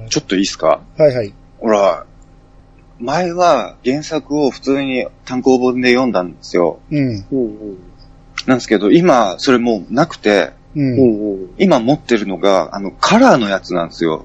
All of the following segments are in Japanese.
ちょっといいですか？ はいはい。 ほら、前は原作を普通に単行本で読んだんですよ。 うん。 なんですけど、今、それもうなくて、今持ってるのが、カラーのやつなんですよ。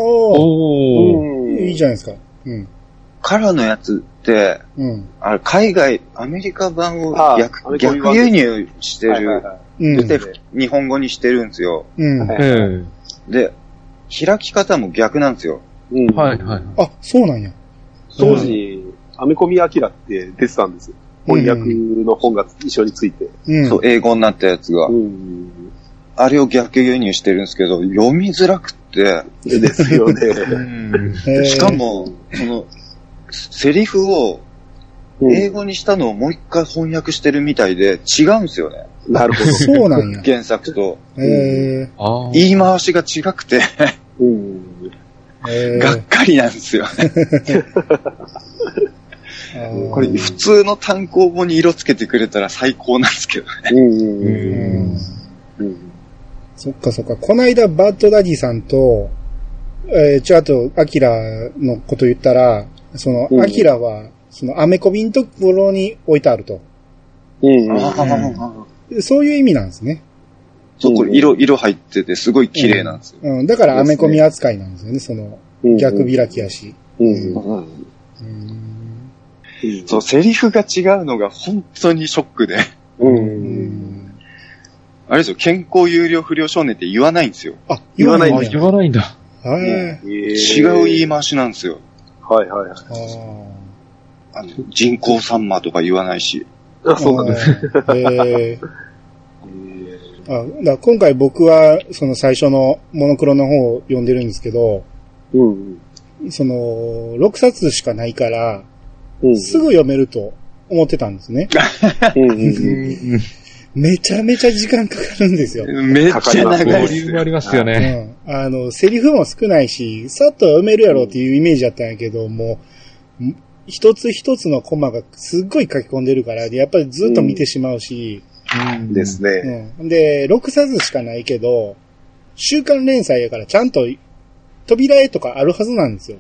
いいじゃないですか。 カラーのやつって、あれ海外、アメリカ版を逆輸入してる、で、日本語にしてるんですよ。で、開き方も逆なんですよ。 あ、そうなんや。 当時、アメコミアキラって出てたんですよ。翻訳の本が一緒について。 そう、英語になったやつが。あれを逆輸入してるんですけど、読みづらくって。 ですよね。 しかも、セリフを英語にしたのをもう一回翻訳してるみたいで違うんですよね。 なるほど。 そうなんや。 原作と。 言い回しが違くてがっかりなんですよね。これ普通の単行本に色つけてくれたら最高なんですけどね。 そっかそっか。こないだバッドダディさんと、あと、アキラのこと言ったら、アキラは、アメコミのところに置いてあると。そういう意味なんですね。 そう、これ色入っててすごい綺麗なんですよ。 だからアメコミ扱いなんですよね、逆開きやし。 そう、セリフが違うのが本当にショックで。あれですよ、健康有料不良少年って言わないんですよ。 あ、言わないんだ。 言わないんだ。 違う言い回しなんですよ。人工サンマとか言わないし。 そうなんです。 今回僕は、最初のモノクロの方を読んでるんですけど、6冊しかないから、すぐ読めると思ってたんですね。めちゃめちゃ時間かかるんですよ。 めっちゃ長い。 ボリュームありますよね。 セリフも少ないし、さっと読めるやろうっていうイメージだったんやけど、もう、一つ一つのコマがすっごい書き込んでるから、やっぱりずっと見てしまうし。 ですね。 で、6冊しかないけど、週刊連載やからちゃんと扉絵とかあるはずなんですよ。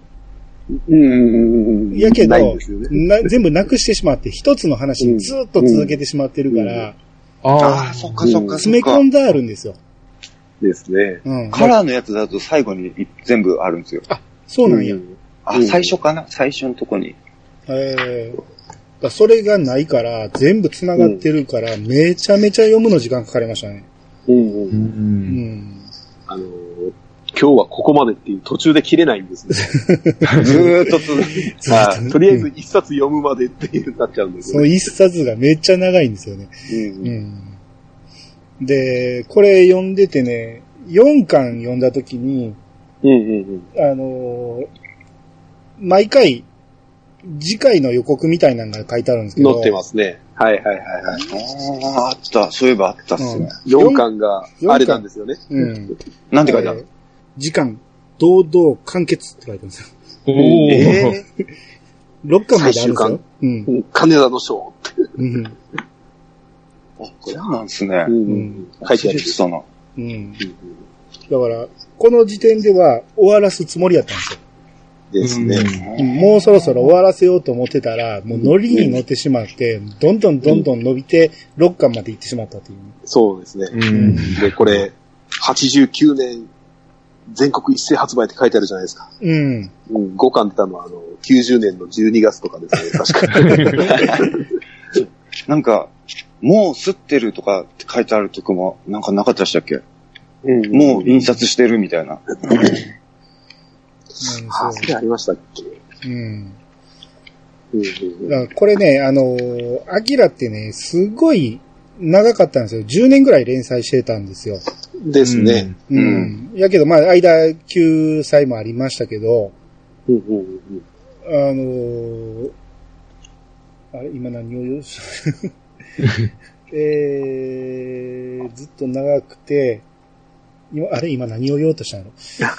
やけど、全部なくしてしまって、一つの話にずっと続けてしまってるから、 そっかそっか。 詰め込んであるんですよ。 ですね。 カラーのやつだと最後に全部あるんですよ。 あ、そうなんや。 最初かな？最初のとこに。 それがないから、全部繋がってるから、めちゃめちゃ読むの時間かかりましたね。 今日はここまでっていう途中で切れないんですね。ずーっと続く。とりあえず一冊読むまでっていうなっちゃうんですよね。 その一冊がめっちゃ長いんですよね。で、これ読んでてね、4巻読んだ時に、毎回、次回の予告みたいなのが書いてあるんですけど。 載ってますね。はい。 あった。そういえばあったっすね。 4巻があれなんですよね。 なんて書いてある？ 時間、堂々完結って書いてあるんですよ。6巻まであるんですよ。 金田の章。 そうなんですね。 書いてある。 だから、この時点では終わらすつもりだったんですよ。 ですね。 もうそろそろ終わらせようと思ってたら、もうノリに乗ってしまって、どんどん伸びて、6巻まで行ってしまったという。 そうですね。で、これ、89年、全国一斉発売って書いてあるじゃないですか。5巻出たのは、90年の12月とかですね、確かに。 なんか、もう吸ってるとかって書いてあるとこも、なんかなかったでしたっけ？もう印刷してるみたいな。 それありましたっけ？ これね、アキラってね、すごい長かったんですよ。10年ぐらい連載してたんですよ。 ですね。 やけど、間、救済もありましたけど、あれ、今何を言うずっと長くて、今何を言おうとしたの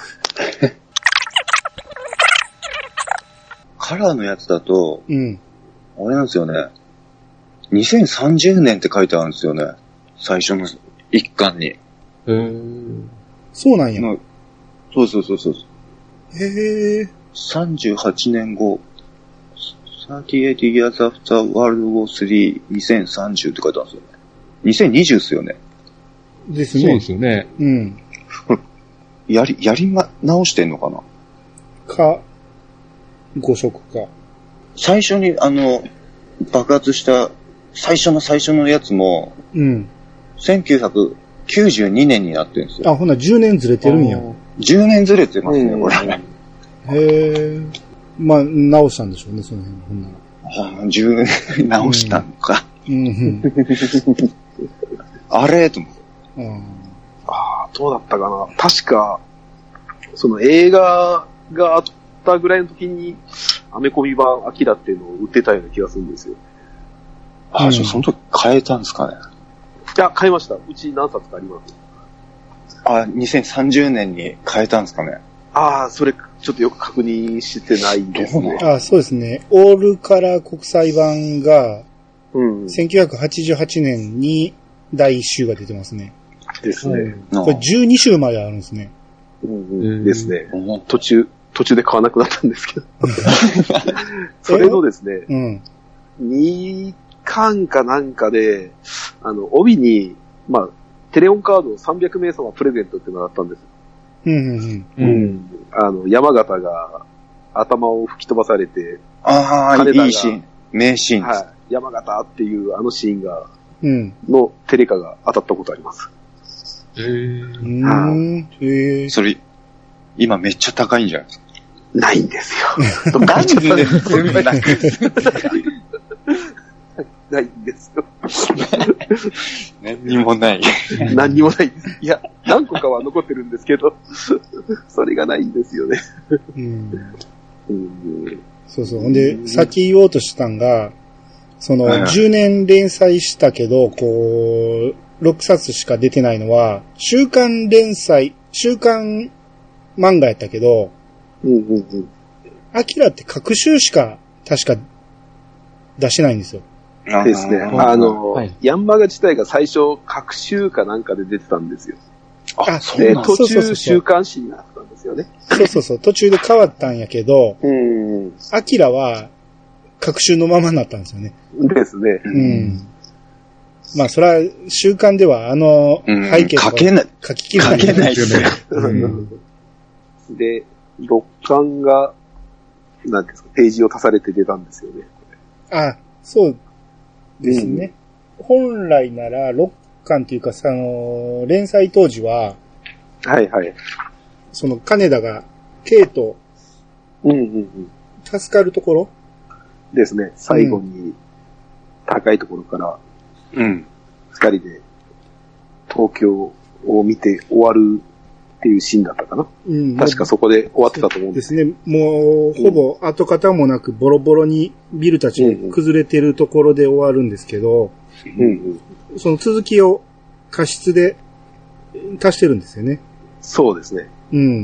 カラーのやつだと、あれなんですよね。2030年って書いてあるんですよね。最初の一巻に。 そうなんや。 そう。 へぇ 38年後、38 years after World War III 2030って書いてあるんですよね。2020ですよね。 ですね。 そうですよね。 うん。 やり直してんのかなか、誤色か。 最初に爆発した最初のやつも、 うん。 1992年になってるんですよ。 あ、ほな10年ずれてるんや。 10年ずれてますね、これ。 へぇまあ、直したんでしょうね、その辺。ほんなら。10年直したのか。あれと思って。 どうだったかな。確か、その映画があったぐらいの時に、アメコミ版アキラっていうのを売ってたような気がするんですよ。 じゃあその時変えたんですかね。 いや、変えました。うち何冊かあります。 2030年に変えたんですかね。 それ、ちょっとよく確認してないですね。 そうですね。オールカラー国際版が、1988年に第1週が出てますね。 ですね。 これ12週まであるんですね。 ですね。途中で買わなくなったんですけど。それのですね、2巻かなんかで、帯に、テレオンカードを300名様プレゼントっていうのがあったんです。山形が頭を吹き飛ばされて、 いいシーン。名シーンです。 山形っていうあのシーンが、のテレカが当たったことあります。 それ、今めっちゃ高いんじゃないですか。 ないんですよ。 なんで全部なくないんですよ。 何にもない。 何にもないです。いや、何個かは残ってるんですけど、それがないんですよね。 そうそう。ほんで、さっき言おうとしたんが、10年連載したけど、6冊しか出てないのは、週刊漫画やったけど、アキラって各週しか確か出してないんですよ。 ですね。ヤンマガ自体が最初、各週かなんかで出てたんですよ。で、途中週刊誌になったんですよね。 そう。途中で変わったんやけど、アキラは各週のままになったんですよね。 ですね。 それは週刊では背景とか書ききれないですよね。 で、6巻が、なんですか、ページを足されて出たんですよね。 そうですね。本来なら6巻っていうか、連載当時は、金田が、K と、助かるところですね。最後に、高いところから、二人で、東京を見て終わるっていうシーンだったかな。確かそこで終わってたと思うんですね。もう、ほぼ跡形もなくボロボロにビルたちが崩れてるところで終わるんですけど、その続きを過失で足してるんですよね。 そうですね。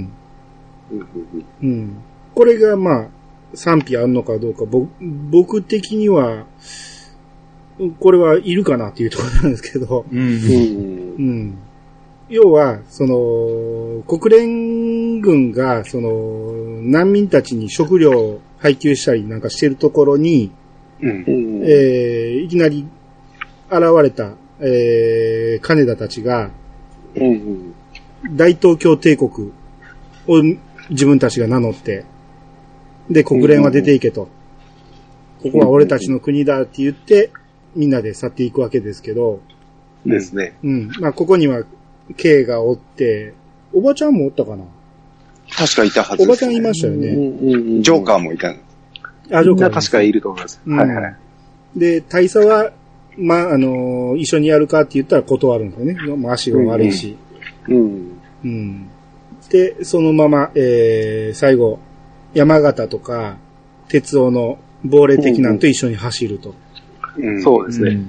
これが賛否あるのかどうか、僕的には、これはいるかなっていうところなんですけど、要は、国連軍が、難民たちに食料を配給したりなんかしてるところに、いきなり現れた、金田たちが、大東京帝国を自分たちが名乗って、で、国連は出ていけと。ここは俺たちの国だって言って、みんなで去っていくわけですけど。 ですね。 ここには、K がおって、おばちゃんもおったかな？ 確かいたはずです、ね。 おばちゃんいましたよね。 ジョーカーもいた。 ジョーカー確かいると思います。 で、大佐は、一緒にやるかって言ったら断るんですよね。足が悪いし。で、そのまま、最後、山形とか、鉄夫の亡霊的なんと一緒に走ると。 そうですね。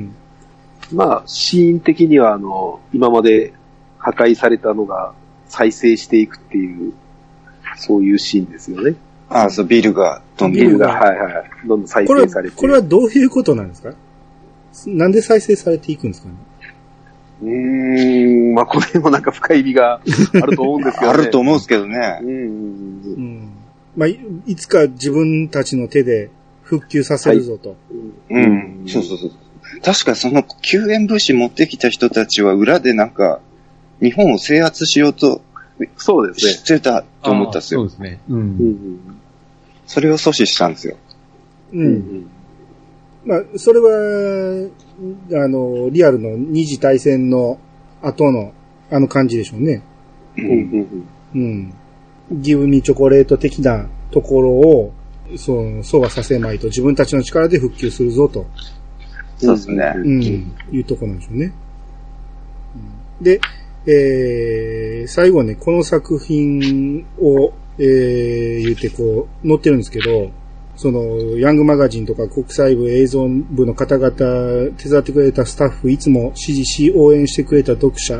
シーン的には今まで破壊されたのが再生していくっていう、そういうシーンですよね。 そう、ビルが、 どんどん再生されて。 これはどういうことなんですか？なんで再生されていくんですかね？ まあ、これもなんか深い意味があると思うんですけどね。 あると思うんですけどね。 まあ、いつか自分たちの手で復旧させるぞと。 そうそうそう。確かその救援物資持ってきた人たちは裏でなんか、日本を制圧しようと、 そうですね。 してたと思ったんですよ。 そうですね。 それを阻止したんですよ。 まあ、それは、リアルの二次大戦の後の感じでしょうね。ギブミチョコレート的なところを、そうはさせまいと自分たちの力で復旧するぞと。 そうですね。 いうところなんでしょうね。で、最後ね、この作品を、言ってこう、載ってるんですけど、ヤングマガジンとか国際部映像部の方々、手伝ってくれたスタッフ、いつも支持し応援してくれた読者、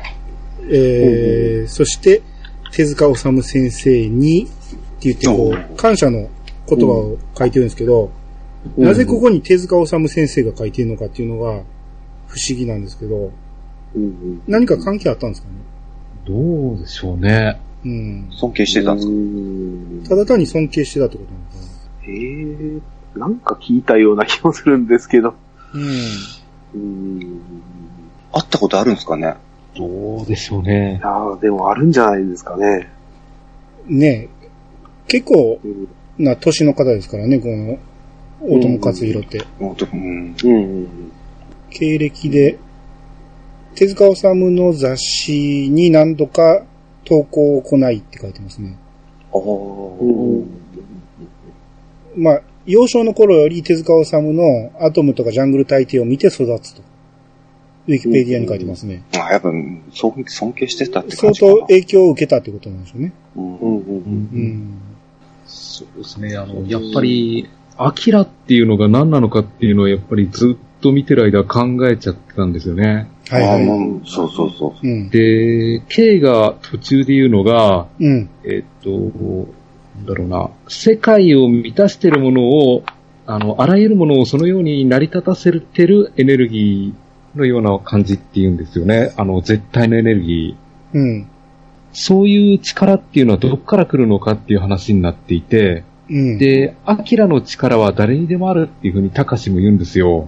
そして、手塚治虫先生に、って言ってこう、感謝の言葉を書いてるんですけど、なぜここに手塚治虫先生が書いてるのかっていうのが不思議なんですけど、何か関係あったんですかね？ どうでしょうね。 尊敬してたんですか？ただ単に尊敬してたってことなのかな？なんか聞いたような気もするんですけど。 会ったことあるんですかね？ どうでしょうね。 でもあるんじゃないですかね。 ねえ。結構な年の方ですからね、この、大友克洋って。経歴で、手塚治虫の雑誌に何度か投稿を行いって書いてますね。まあ、幼少の頃より手塚治虫のアトムとかジャングル大帝を見て育つと。ウィキペディアに書いてますね。 やっぱ尊敬してたって感じかな。 相当影響を受けたってことなんでしょうね。 そうですね。やっぱり、アキラっていうのが何なのかっていうのはやっぱりずっと見てる間考えちゃってたんですよね。 そうそうそう。 で、K が途中で言うのが、なんだろうな、世界を満たしてるものを、あらゆるものをそのように成り立たせてるエネルギーのような感じって言うんですよね。絶対のエネルギー。そういう力っていうのはどこから来るのかっていう話になっていて、で、アキラの力は誰にでもあるっていうふうにタカシも言うんですよ。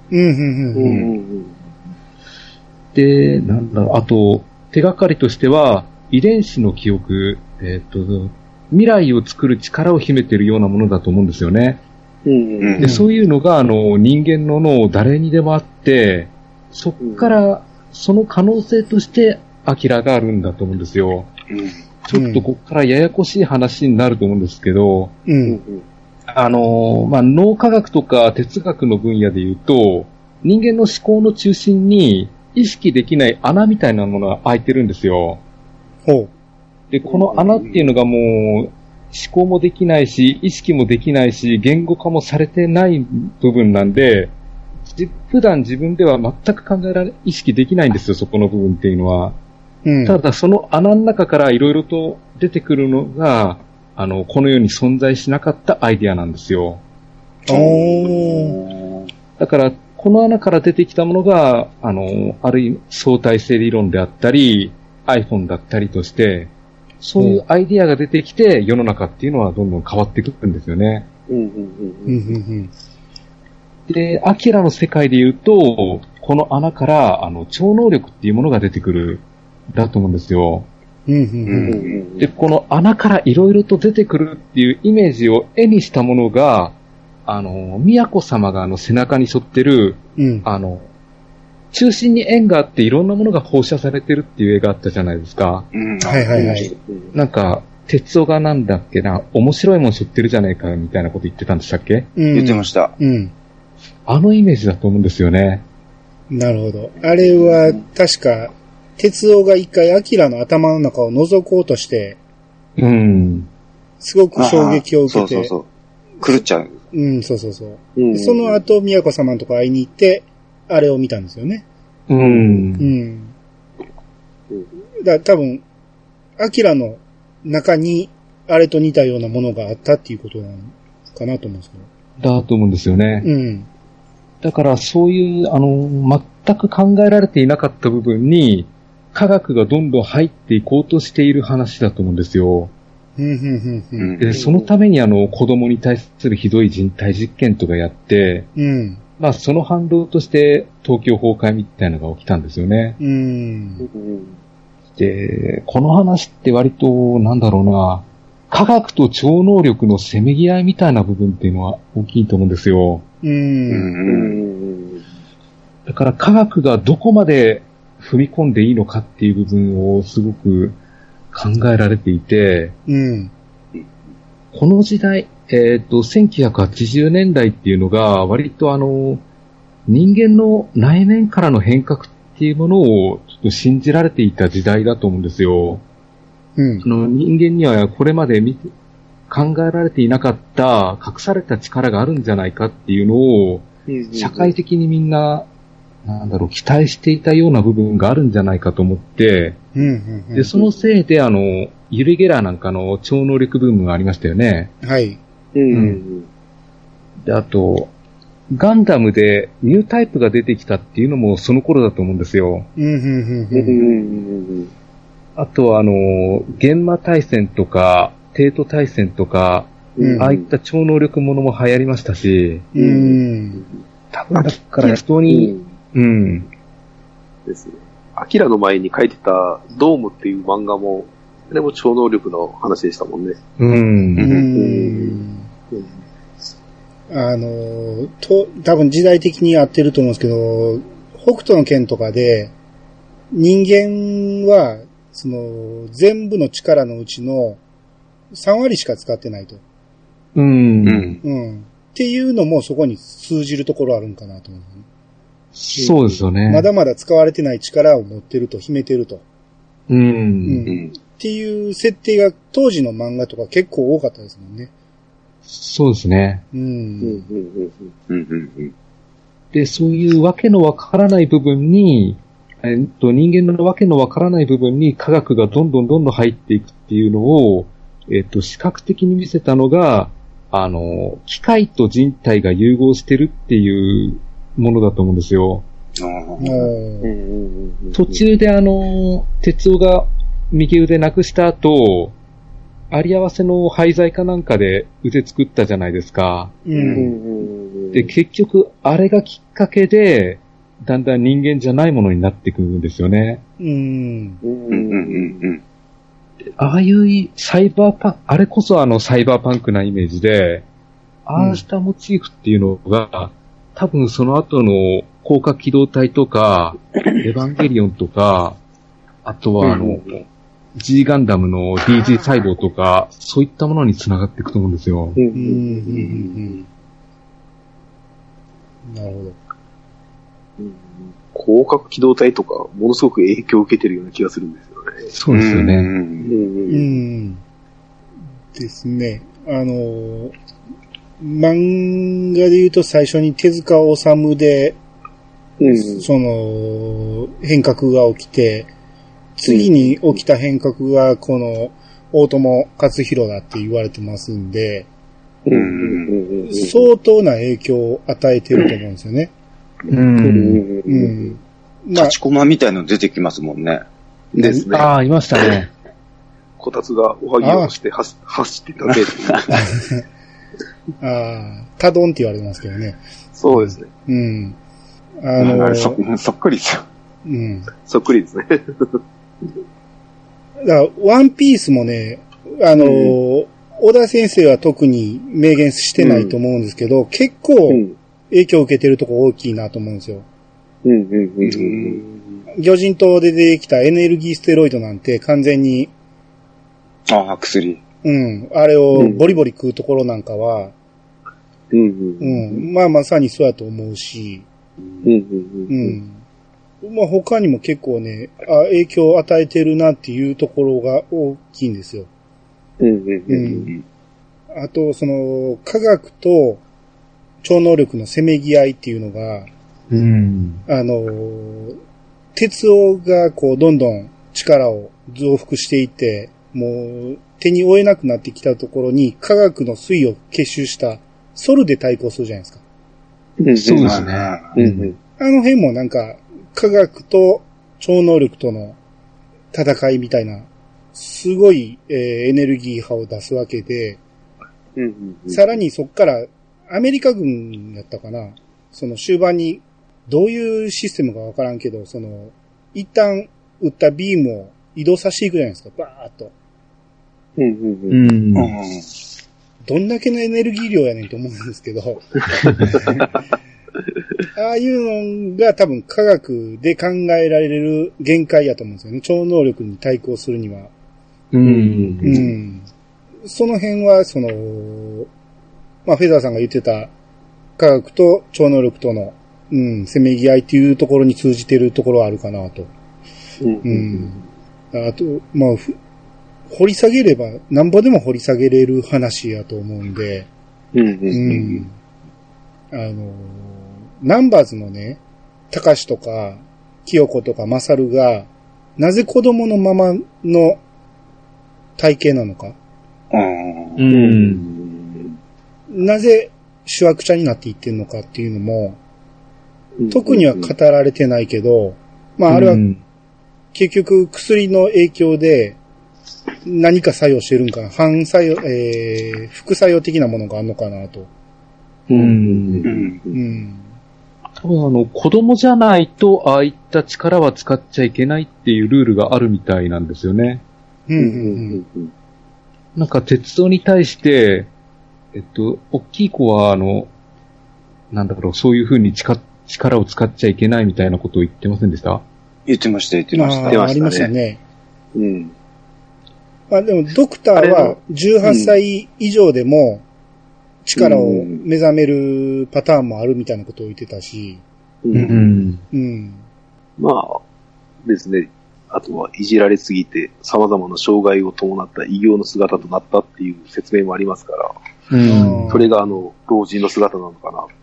で、なんだろう、あと、手がかりとしては、遺伝子の記憶、未来を作る力を秘めているようなものだと思うんですよね。で、そういうのが、人間の脳誰にでもあって、そっから、その可能性として、アキラがあるんだと思うんですよ。ちょっとこっからややこしい話になると思うんですけど、まあ、脳科学とか哲学の分野で言うと、人間の思考の中心に意識できない穴みたいなものが開いてるんですよ。で、この穴っていうのがもう、思考もできないし、意識もできないし、言語化もされてない部分なんで、普段自分では全く意識できないんですよ、そこの部分っていうのは。ただその穴の中からいろいろと出てくるのが、この世に存在しなかったアイディアなんですよ。だから、この穴から出てきたものが、ある意味相対性理論であったり、iPhone だったりとして、そういうアイディアが出てきて、世の中っていうのはどんどん変わってくるんですよね。で、アキラの世界で言うと、この穴から、超能力っていうものが出てくる、だと思うんですよ。で、この穴からいろいろと出てくるっていうイメージを絵にしたものが、宮子様が背中に沿ってる、中心に円があっていろんなものが放射されてるっていう絵があったじゃないですか。なんか、鉄夫がなんだっけな、面白いもん知ってるじゃないかみたいなこと言ってたんでしたっけ？ 言ってました。 あのイメージだと思うんですよね。 なるほど。あれは確か、鉄夫が一回アキラの頭の中を覗こうとして、すごく衝撃を受けて、 狂っちゃう。 そう。その後、宮子様のとこ会いに行って、あれを見たんですよね。だから多分、アキラの中に、あれと似たようなものがあったっていうことなのかなと思うんですけど。 だと思うんですよね。だからそういう、 全く考えられていなかった部分に、科学がどんどん入っていこうとしている話だと思うんですよ。で、そのために子供に対するひどい人体実験とかやって、まあその反動として東京崩壊みたいなのが起きたんですよね。で、この話って割と、なんだろうな、科学と超能力のせめぎ合いみたいな部分っていうのは大きいと思うんですよ。だから科学がどこまで踏み込んでいいのかっていう部分をすごく考えられていて、この時代、1980年代っていうのが割と人間の内面からの変革っていうものをちょっと信じられていた時代だと思うんですよ。人間にはこれまで考えられていなかった隠された力があるんじゃないかっていうのを、社会的にみんな、期待していたような部分があるんじゃないかと思って、で、そのせいでユリ・ゲラーなんかの超能力ブームがありましたよね。 はい。 で、あと、ガンダムでニュータイプが出てきたっていうのもその頃だと思うんですよ。あとは幻魔対戦とか、帝都対戦とか、ああいった超能力ものも流行りましたし、多分だから人に、 ですね。アキラの前に書いてたドームっていう漫画も、でも超能力の話でしたもんね。 多分時代的に合ってると思うんですけど、北斗の拳とかで、人間は、全部の力のうちの3割しか使ってないと。っていうのもそこに通じるところあるんかなと思う。 そうですよね。 まだまだ使われてない力を持ってると、秘めてると。っていう設定が当時の漫画とか結構多かったですもんね。 そうですね。で、そういうわけのわからない部分に、人間のわけのわからない部分に科学がどんどん入っていくっていうのを、視覚的に見せたのが、機械と人体が融合してるっていうものだと思うんですよ。途中で哲夫が右腕なくした後、あり合わせの廃材かなんかで腕作ったじゃないですか。で、結局、あれがきっかけで、だんだん人間じゃないものになっていくんですよね。ああいうサイバーパンク、あれこそサイバーパンクなイメージで、ああしたモチーフっていうのが、多分その後の広角機動隊とか、エヴァンゲリオンとか、あとはG ガンダムの DG 細胞とか、そういったものに繋がっていくと思うんですよ。 なるほど。 広角機動隊とか、ものすごく影響を受けてるような気がするんですよね。 そうですよね。 ですね。漫画で言うと最初に手塚治虫で、変革が起きて、次に起きた変革がこの大友克洋だって言われてますんで、相当な影響を与えてると思うんですよね。 立ちコマみたいの出てきますもんね。 ですね。 ああ、いましたね。 こたつがおはぎをして走ってたけ。 タドンって言われてますけどね。 そうですね。そっくりですよ。 そっくりですね。 だからワンピースもね、小田先生は特に明言してないと思うんですけど、結構影響を受けてるとこ大きいなと思うんですよ。魚人島で出てきたエネルギーステロイドなんて完全に、 薬。 あれをボリボリ食うところなんかは、まさにそうやと思うし、他にも結構ね、影響を与えてるなっていうところが大きいんですよ。あと、科学と超能力のせめぎ合いっていうのが、鉄夫がどんどん力を増幅していって、もう手に負えなくなってきたところに科学の粋を結集したソルで対抗するじゃないですか。 そうですね。 あの辺もなんか科学と超能力との戦いみたいな、すごい、エネルギー波を出すわけで、さらにそっからアメリカ軍やったかな、その終盤にどういうシステムかわからんけど、その、一旦撃ったビームを移動させていくじゃないですか、バーっと。どんだけのエネルギー量やねんと思うんですけど。ああいうのが多分科学で考えられる限界やと思うんですよね。超能力に対抗するには。その辺は、その、まあ、フェザーさんが言ってた科学と超能力との、せめぎ合いっていうところに通じてるところはあるかなと。あと、まあ、掘り下げれば、なんぼでも掘り下げれる話やと思うんで、ナンバーズのね、たかしとか、きよことかまさるが、なぜ子供のままの体型なのか。なぜ主役者になっていってんのかっていうのも、特には語られてないけど、まああれは結局薬の影響で何か作用してるんかな、反作用、副作用的なものがあるのかなと。 多分子供じゃないとああいった力は使っちゃいけないっていうルールがあるみたいなんですよね。なんか鉄道に対して、大きい子はなんだろう、そういう風に力を使っちゃいけないみたいなことを言ってませんでした？ 言ってました。 ありましたね。でもドクターは18歳以上でも力を目覚めるパターンもあるみたいなことを言ってたし。 まあですね。あとはいじられすぎて様々な障害を伴った異形の姿となったっていう説明もありますから、それが老人の姿なのかなって。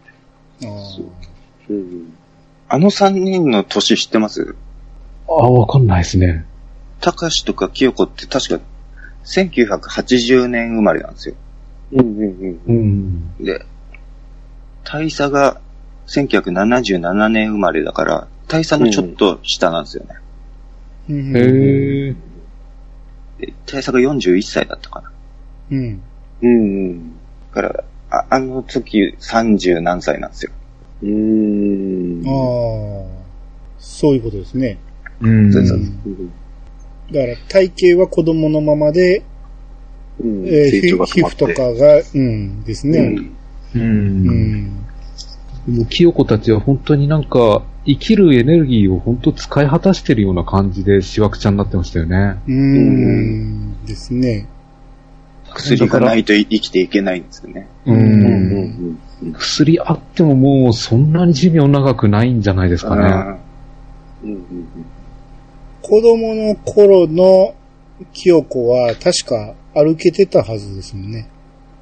あの3人の年知ってます？ わかんないですね。 たかしとかきよこって確か1980年生まれなんですよ。で、大佐が1977年生まれだから、大佐のちょっと下なんですよね。大佐が41歳だったかな。だから、あの時30何歳なんですよ。 そういうことですね。 だから体型は子供のままで、皮膚とかが、ですね。 もう清子たちは本当になんか生きるエネルギーを本当使い果たしてるような感じでしわくちゃになってましたよね。 ですね。 薬がないと生きていけないんですよね。 薬あってももうそんなに寿命長くないんじゃないですかね。 子供の頃の清子は確か歩けてたはずですもんね。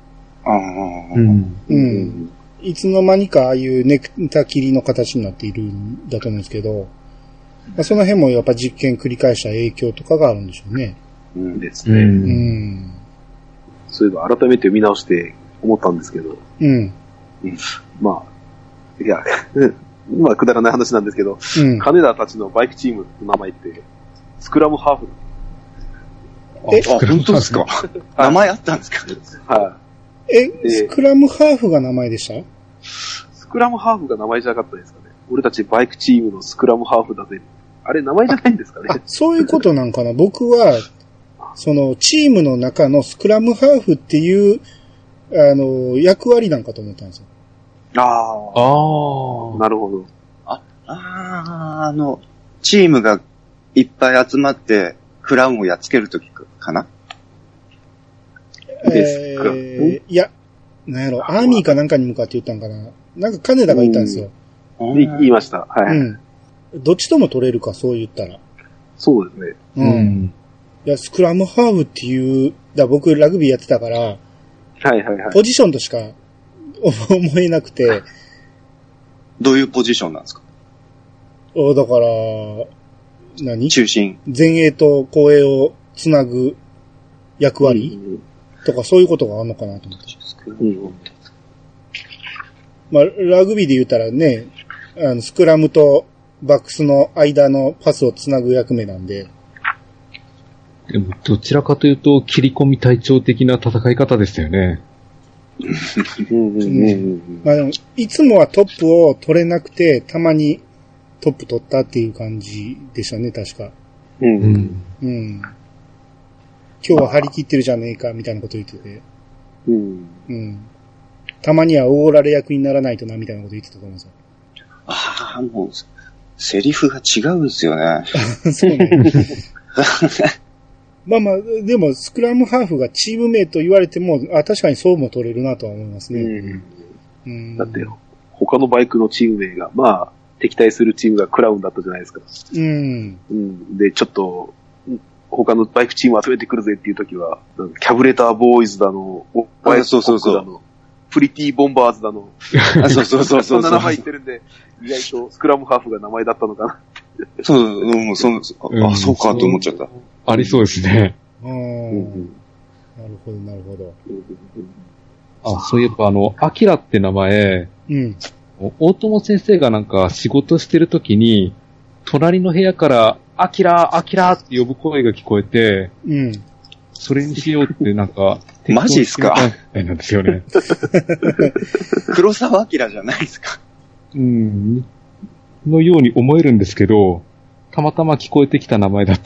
いつの間にかああいう寝たきりの形になっているんだと思うんですけど、その辺もやっぱ実験繰り返した影響とかがあるんでしょうね。 ですね。そういえば改めて見直して思ったんですけど、まあ、いや、まあくだらない話なんですけど、金田たちのバイクチームの名前って、スクラムハーフ。 本当ですか？名前あったんですか？ スクラムハーフが名前でした？ スクラムハーフが名前じゃなかったですかね。俺たちバイクチームのスクラムハーフだぜ。あれ名前じゃないんですかね。 そういうことなんかな。僕は、そのチームの中のスクラムハーフっていう、役割なんかと思ったんですよ。 なるほど。 チームがいっぱい集まって、クラウンをやっつけるときかな？ ですか？いや、なんやろ、アーミーかなんかに向かって言ったんかな。なんか金田が言ったんですよ。 言いました。はい。 どっちとも取れるか、そう言ったら。 そうですね。 いや、スクラムハーフっていう、僕ラグビーやってたから、ポジションとしか思えなくて。 どういうポジションなんですか？ だから、 中心。 前衛と後衛をつなぐ役割、とかそういうことがあるのかなと思って。まあ、ラグビーで言ったらね、スクラムとバックスの間のパスをつなぐ役目なんで。 でも、どちらかというと、切り込み隊長的な戦い方でしたよね。 まあでも、いつもはトップを取れなくて、たまにトップ取ったっていう感じでしたね、確か。今日は張り切ってるじゃねえか、みたいなこと言ってて。たまにはオーラル役にならないとな、みたいなこと言ってたと思うんですよ。 ああ、もう、セリフが違うんですよね。 そうね。まあまあ、でも、スクラムハーフがチームメイト言われても、確かにそうも取れるなとは思いますね。 だって、他のバイクのチーム名が、まあ、敵対するチームがクラウンだったじゃないですか。で、ちょっと、他のバイクチーム集めてくるぜっていう時は、キャブレターボーイズだの、ワイスコックだの、プリティボンバーズだの。そんな名前言ってるんで、意外とスクラムハーフが名前だったのかな。 そうかと思っちゃった。 ありそうですね。 なるほど、なるほど。そういえばアキラって名前、大友先生がなんか仕事してる時に、隣の部屋から、アキラって呼ぶ声が聞こえて、それにしようってなんか、 マジっすかなんですよね。 黒沢明じゃないですか。 のように思えるんですけど、たまたま聞こえてきた名前だった。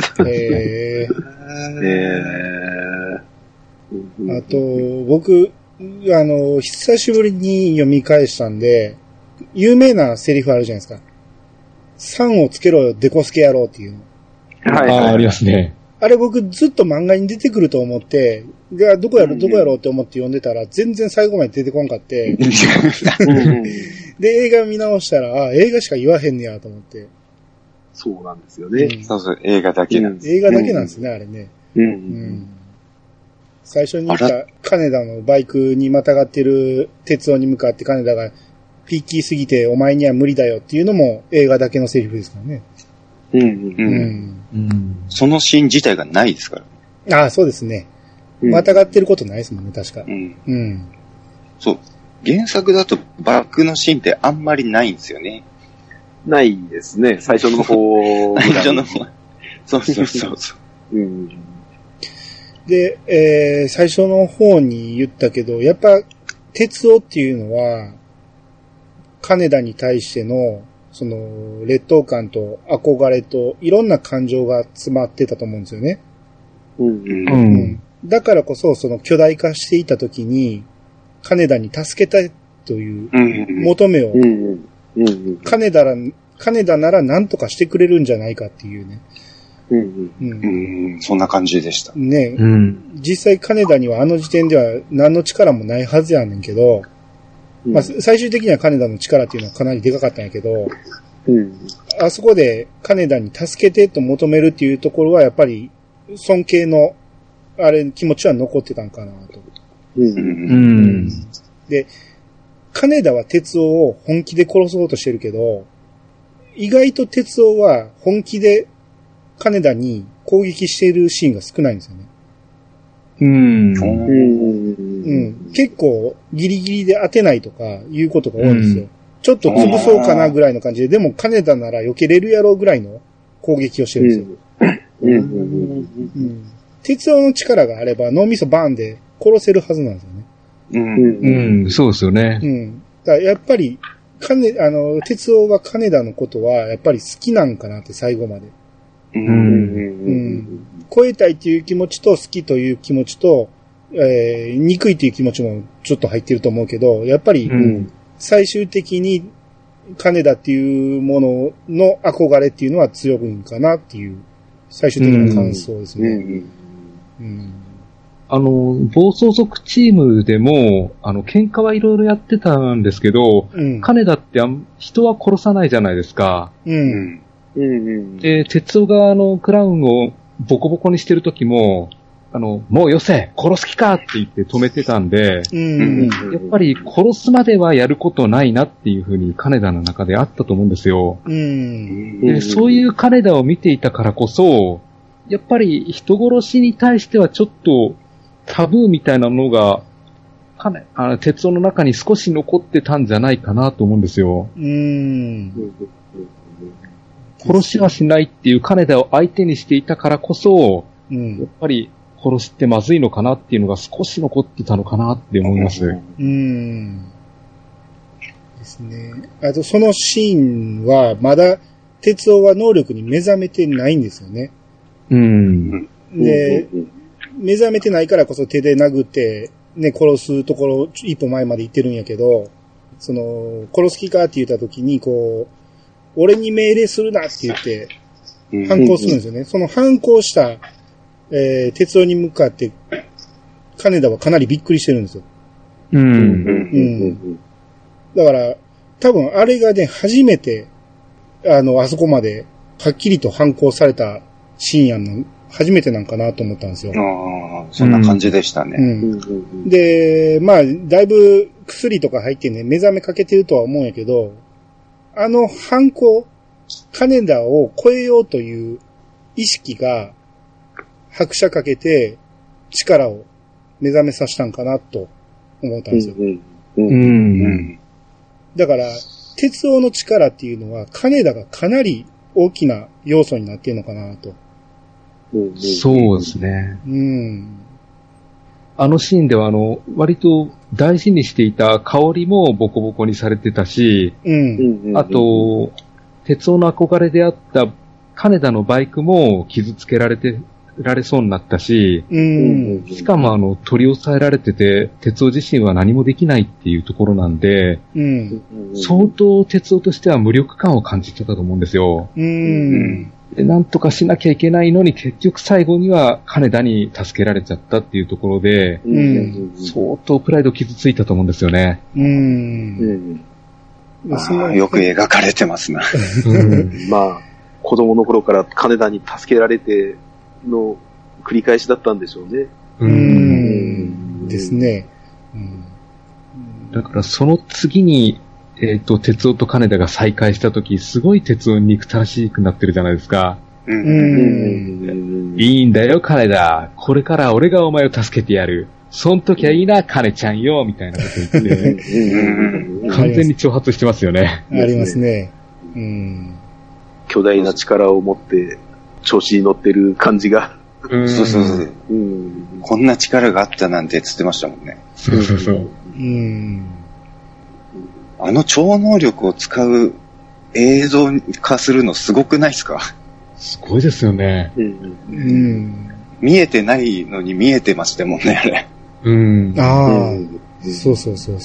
あと、僕、久しぶりに読み返したんで、有名なセリフあるじゃないですか。3をつけろよ、デコスケ野郎っていうの。 ありますね。 あれ僕ずっと漫画に出てくると思って、どこやろうって思って読んでたら、全然最後まで出てこんかって。で、映画見直したら、映画しか言わへんねやと思って。 そうなんですよね。 そう、映画だけなんです。 映画だけなんですね、あれね。最初に言った金田のバイクにまたがってる鉄夫に向かって金田がピッキーすぎてお前には無理だよっていうのも映画だけのセリフですからね。 そのシーン自体がないですから。 そうですね。またがってることないですもんね、確か。 そう。原作だとバックのシーンってあんまりないんですよね。 ないですね。最初の方。 最初の方。そう。 で、最初の方に言ったけど、やっぱ、鉄夫っていうのは、金田に対しての、その、劣等感と憧れと、いろんな感情が詰まってたと思うんですよね。だからこそ、その巨大化していた時に、金田に助けたいという求めを、金田なら何とかしてくれるんじゃないかっていうね。 そんな感じでした。 ね、実際金田にはあの時点では何の力もないはずやねんけど、最終的には金田の力っていうのはかなりでかかったんやけど、あそこで金田に助けてと求めるっていうところはやっぱり尊敬の気持ちは残ってたんかなと。で、金田は鉄夫を本気で殺そうとしてるけど、意外と鉄夫は本気で金田に攻撃しているシーンが少ないんですよね。結構ギリギリで当てないとかいうことが多いんですよ。ちょっと潰そうかなぐらいの感じで、でも金田なら避けれるやろうぐらいの攻撃をしてるんですよ。鉄夫の力があれば脳みそバーンで殺せるはずなんですよね。そうですよね。 だからやっぱり鉄夫は金田のことはやっぱり好きなんかなって最後まで。超えたいっていう気持ちと好きという気持ちと、憎いという気持ちもちょっと入ってると思うけど、やっぱり、最終的に金田っていうものの憧れっていうのは強いんかなっていう最終的な感想ですね。 暴走族チームでも、喧嘩はいろいろやってたんですけど、金田って人は殺さないじゃないですか。で、鉄夫がクラウンをボコボコにしてる時も、もうよせ殺す気かって言って止めてたんで、やっぱり殺すまではやることないなっていうふうに金田の中であったと思うんですよ。で、そういう金田を見ていたからこそ、やっぱり人殺しに対してはちょっとタブーみたいなものが、鉄夫の中に少し残ってたんじゃないかなと思うんですよ。 殺しはしないっていう金田を相手にしていたからこそ、やっぱり殺しってまずいのかなっていうのが少し残ってたのかなって思います。 ですね。あとそのシーンはまだ哲夫は能力に目覚めてないんですよね。で、目覚めてないからこそ手で殴ってね、殺すところ一歩前まで行ってるんやけど、その、殺す気かって言った時にこう、俺に命令するなって言って、反抗するんですよね。その反抗した、哲夫に向かって、金田はかなりびっくりしてるんですよ。だから、多分あれがね、初めて、あそこまで、はっきりと反抗されたシーンやの、初めてなんかなと思ったんですよ。 そんな感じでしたね。 で、まあ、だいぶ薬とか入ってね、目覚めかけてるとは思うんやけど、反抗、金田を超えようという意識が、拍車かけて力を目覚めさせたんかなと思ったんですよ。だから、哲夫の力っていうのは、金田がかなり大きな要素になっているのかなと。 そうですね。あのシーンでは割と大事にしていた香りもボコボコにされてたし、あと、哲夫の憧れであった金田のバイクも傷つけられそうになったし、しかも取り押さえられてて、哲夫自身は何もできないっていうところなんで、相当哲夫としては無力感を感じてたと思うんですよ。で、なんとかしなきゃいけないのに結局最後には金田に助けられちゃったっていうところで、相当プライド傷ついたと思うんですよね。 よく描かれてますな。 まあ、子供の頃から金田に助けられての繰り返しだったんでしょうね。 ですね。 だからその次に、哲夫と金田が再会したとき、すごい哲夫に憎たらしくなってるじゃないですか。いいんだよ、金田。これから俺がお前を助けてやる。そん時はいいな、金ちゃんよ、みたいなこと言って、完全に挑発してますよね。 ありますね。 巨大な力を持って調子に乗ってる感じが。 こんな力があったなんてつってましたもんね。超能力を使う映像化するのすごくないですか？ すごいですよね。 見えてないのに見えてましたもんね、あれ。 そう。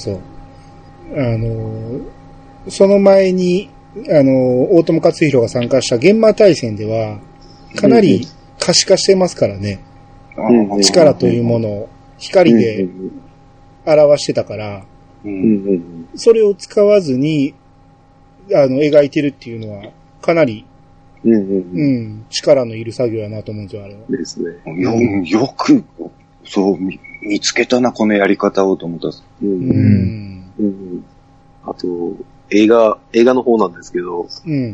その前に、大友克洋が参加した現場大戦では、かなり可視化してますからね。力というものを光で表してたから、それを使わずに、描いてるっていうのは、かなり、力のいる作業やなと思うんですよ、あれは。 ですね。 よく、そう、見つけたな、このやり方をと思ったんです。 あと、映画の方なんですけど、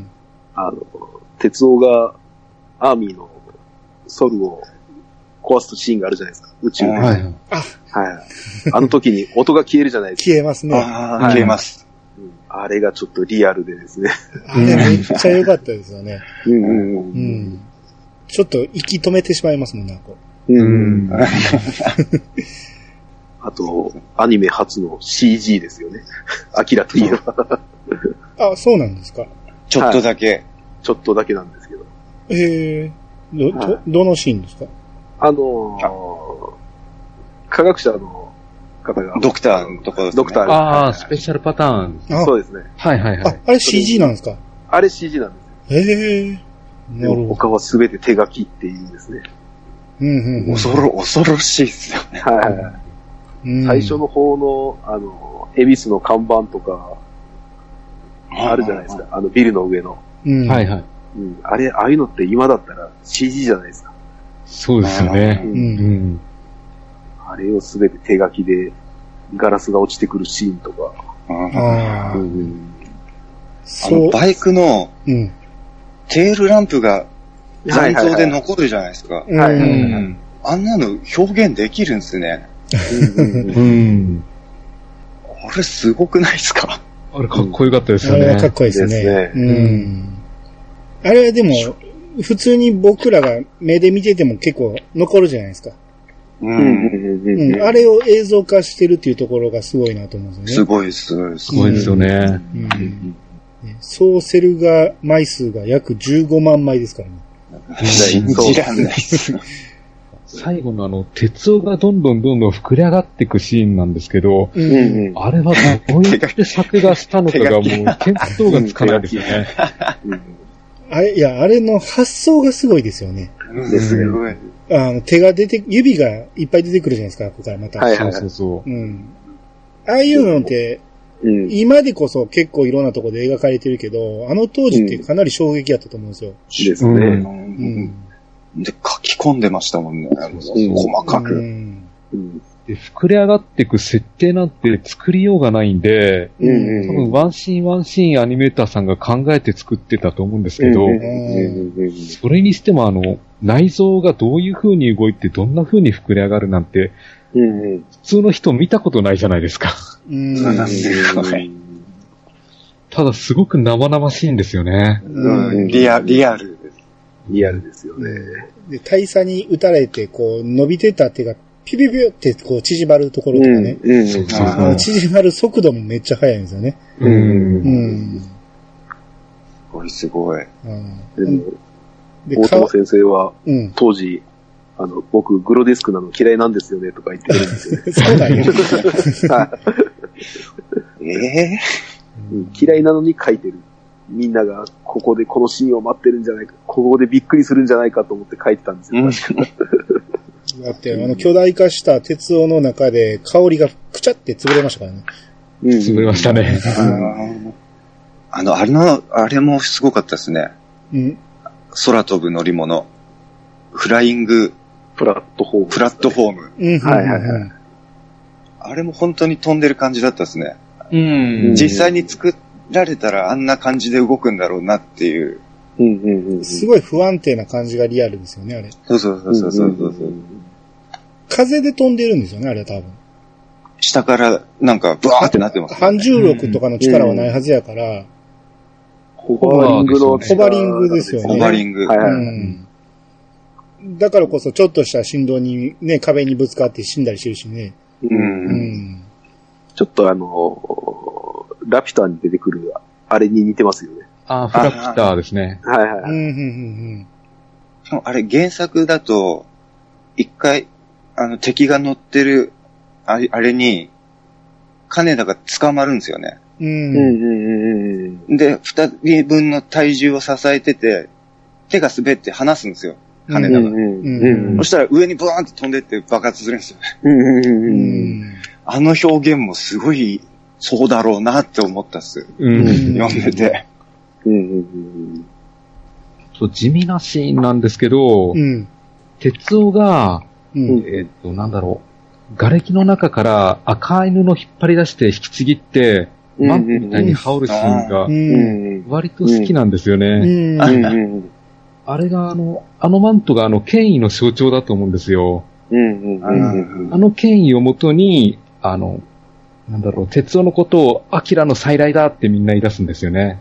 哲夫がアーミーのソルを壊すシーンがあるじゃないですか、宇宙で。あの時に音が消えるじゃないですか。 消えますね。 消えます。 あれがちょっとリアルでですね。 あれめっちゃ良かったですよね。ちょっと息止めてしまいますもんね、 あと、アニメ初の CG ですよね。アキラといえば。 そうなんですか。 ちょっとだけ。 ちょっとだけなんですけど。 どのシーンですか？ 科学者の方が。 ドクターのところですね。 ドクター。 スペシャルパターン。 そうですね。 あれ CG なんですか？ あれ CG なんですよ。なるほど。他はすべて手書きっていうんですね。 恐ろしいですよね。 最初の方の、恵比寿の看板とか、あるじゃないですか。ビルの上の。ああいうのって今だったら CG じゃないですか。 そうですよね。 あれをすべて手書きで、ガラスが落ちてくるシーンとか。 バイクの、テールランプが残像で残るじゃないですか。あんなの表現できるんですね。 あれすごくないですか？ あれかっこよかったですよね。 かっこいいですね。 あれはでも、普通に僕らが目で見てても結構残るじゃないですか。あれを映像化してるっていうところがすごいなと思うんですよね。 すごいです、 すごいですよね。 総セル画枚数が約15万枚ですからね。 信じらんないです。 最後の鉄夫がどんどん膨れ上がっていくシーンなんですけど、あれはどうやって作画したのかがもう見当がつかないですよね。 あれの発想がすごいですよね。 ですよね。 手が指がいっぱい出てくるじゃないですか、ここからまた。 そう。 ああいうのって、今でこそ結構いろんなところで描かれてるけど、あの当時ってかなり衝撃だったと思うんですよ。 ですね。 で、書き込んでましたもんね。細かく。 で、膨れ上がっていく設定なんて作りようがないんで、多分ワンシーンアニメーターさんが考えて作ってたと思うんですけど、それにしても内臓がどういう風に動いてどんな風に膨れ上がるなんて、普通の人見たことないじゃないですか。ただすごく生々しいんですよね。 リアルです。 リアルですよね。 で、大佐に撃たれて、こう、伸びてた手が、ピュピュピュってこう縮まるところとかね。縮まる速度もめっちゃ速いんですよね。 すごい。 でも、大友先生は、当時、僕、グロデスクなの嫌いなんですよね、とか言ってくるんですよね。 そうだよ。 嫌いなのに書いてる。みんなが、ここでこのシーンを待ってるんじゃないか、ここでびっくりするんじゃないかと思って書いてたんですよ。 だって、巨大化した鉄夫の中で香りがくちゃって潰れましたからね。 潰れましたね。 あれもすごかったですね。空飛ぶ乗り物。フライング。 プラットフォーム。 あれも本当に飛んでる感じだったですね。実際に作られたらあんな感じで動くんだろうなっていう。 すごい不安定な感じがリアルですよね、あれ。 そう。 風で飛んでるんですよね、あれは多分。 下からなんかブワーってなってます、ね。 反重力とかの力はないはずやから。 ホバリングですよね。 ホバリング。 だからこそちょっとした振動にね、壁にぶつかって死んだりしてるしね。 ちょっとラピュタに出てくるあれに似てますよね。 フラピュタですね。 あれ原作だと、一回、敵が乗ってる、あれに、金田が捕まるんですよね。で、二人分の体重を支えてて、手が滑って離すんですよ。金田が。そしたら上にブワーンって飛んでって爆発するんですよね。あの表現もすごい、そうだろうなって思ったっす。読んでて。 そう、地味なシーンなんですけど、鉄夫が、なんだろう、瓦礫の中から赤い布を引っ張り出して引きちぎって、マントみたいに羽織るシーンが、割と好きなんですよね。あれがあのマントが権威の象徴だと思うんですよ。権威をもとに、なんだろう、鉄夫のことを、アキラの再来だってみんな言い出すんですよね。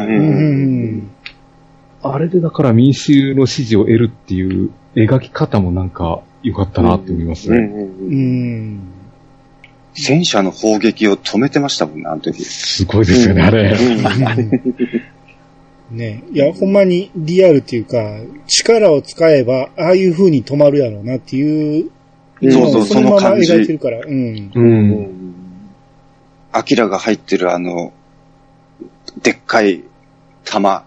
あれでだから民衆の支持を得るっていう描き方もなんか良かったなって思いますね。 戦車の砲撃を止めてましたもんね、あの時。 すごいですよね、あれ。 ね、いや、ほんまにリアルっていうか、力を使えば、ああいう風に止まるやろうなっていう、そのまま描いてるから。 アキラが入ってるでっかい弾。